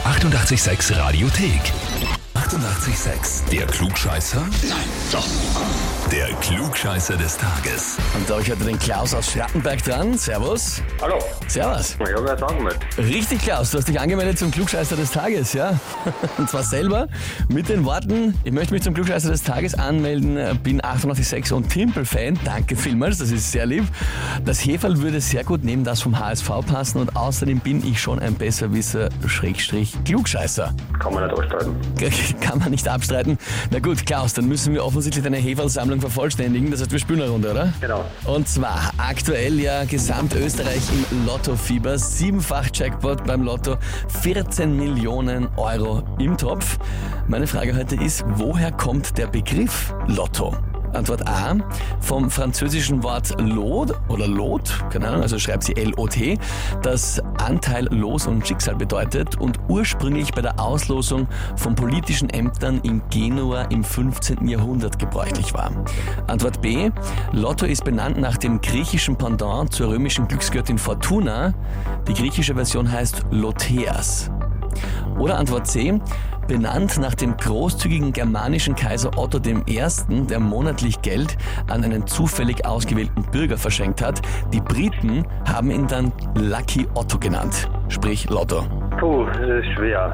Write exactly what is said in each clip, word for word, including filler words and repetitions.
achtundachtzig Komma sechs Radiothek. achtundachtzig Komma sechs. Der Klugscheißer? Nein, doch. Der Klugscheißer des Tages. Und da habe ich heute den Klaus aus Schrattenberg dran. Servus. Hallo. Servus. Ich habe ja sagen mit. Richtig, Klaus, du hast dich angemeldet zum Klugscheißer des Tages, ja? Und zwar selber mit den Worten: Ich möchte mich zum Klugscheißer des Tages anmelden, bin achtundachtzig Komma sechs und Timpel-Fan. Danke vielmals, das ist sehr lieb. Das Heferl würde sehr gut neben das vom H S V passen und außerdem bin ich schon ein Besserwisser, Schrägstrich Klugscheißer. Kann man nicht abstreiten. Kann man nicht abstreiten. Na gut, Klaus, dann müssen wir offensichtlich deine Heferl-Sammlung vervollständigen. Das heißt, wir spielen eine Runde, oder? Genau. Und zwar aktuell ja Gesamtösterreich im Lottofieber. Siebenfach Jackpot beim Lotto, vierzehn Millionen Euro im Topf. Meine Frage heute ist, woher kommt der Begriff Lotto? Antwort A, vom französischen Wort Lot oder Lot, keine Ahnung, also schreibt sie L O T, das Anteil, Los und Schicksal bedeutet und ursprünglich bei der Auslosung von politischen Ämtern in Genua im fünfzehnten Jahrhundert gebräuchlich war. Antwort B, Lotto ist benannt nach dem griechischen Pendant zur römischen Glücksgöttin Fortuna. Die griechische Version heißt Lotheas. Oder Antwort C, benannt nach dem großzügigen germanischen Kaiser Otto der Erste., der monatlich Geld an einen zufällig ausgewählten Bürger verschenkt hat. Die Briten haben ihn dann Lucky Otto genannt, sprich Lotto. Puh, das ist schwer.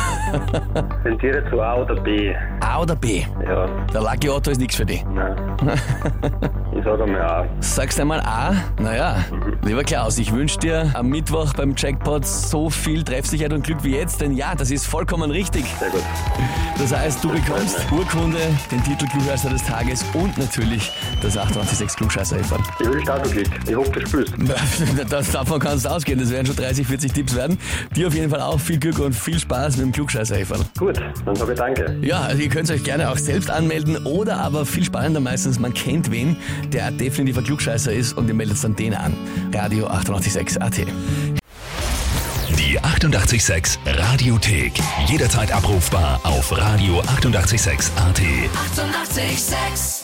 Tendiere zu A oder B. A oder B? Ja. Der Lucky Otto ist nichts für dich. Nein. Ich sage einmal A. Sagst du einmal A? Naja, mhm. Lieber Klaus, ich wünsche dir am Mittwoch beim Jackpot so viel Treffsicherheit und Glück wie jetzt, denn ja, das ist vollkommen richtig. Sehr gut. Das heißt, du bekommst Urkunde, den Titel Klugscheißer des Tages und natürlich das achtundachtzig Komma sechs Klugscheißer-Heferl. Ich wünsche dir auch Glück. Ich hoffe, du spielst. Das, davon kannst du ausgehen, das werden schon dreißig, vierzig Tipps werden. Dir auf jeden Fall auch viel Glück und viel Spaß mit dem Klugscheißer-Heferl. Gut, dann sage ich danke. Ja, also ihr könnt euch gerne auch selbst anmelden oder aber viel spannender meistens, man kennt wen, der definitiv ein Klugscheißer ist und ihr meldet dann den an. Radio achtundachtzig Komma sechs A T. Die achtundachtzig Komma sechs Radiothek. Jederzeit abrufbar auf Radio achtundachtzig Komma sechs A T. achtundachtzig Komma sechs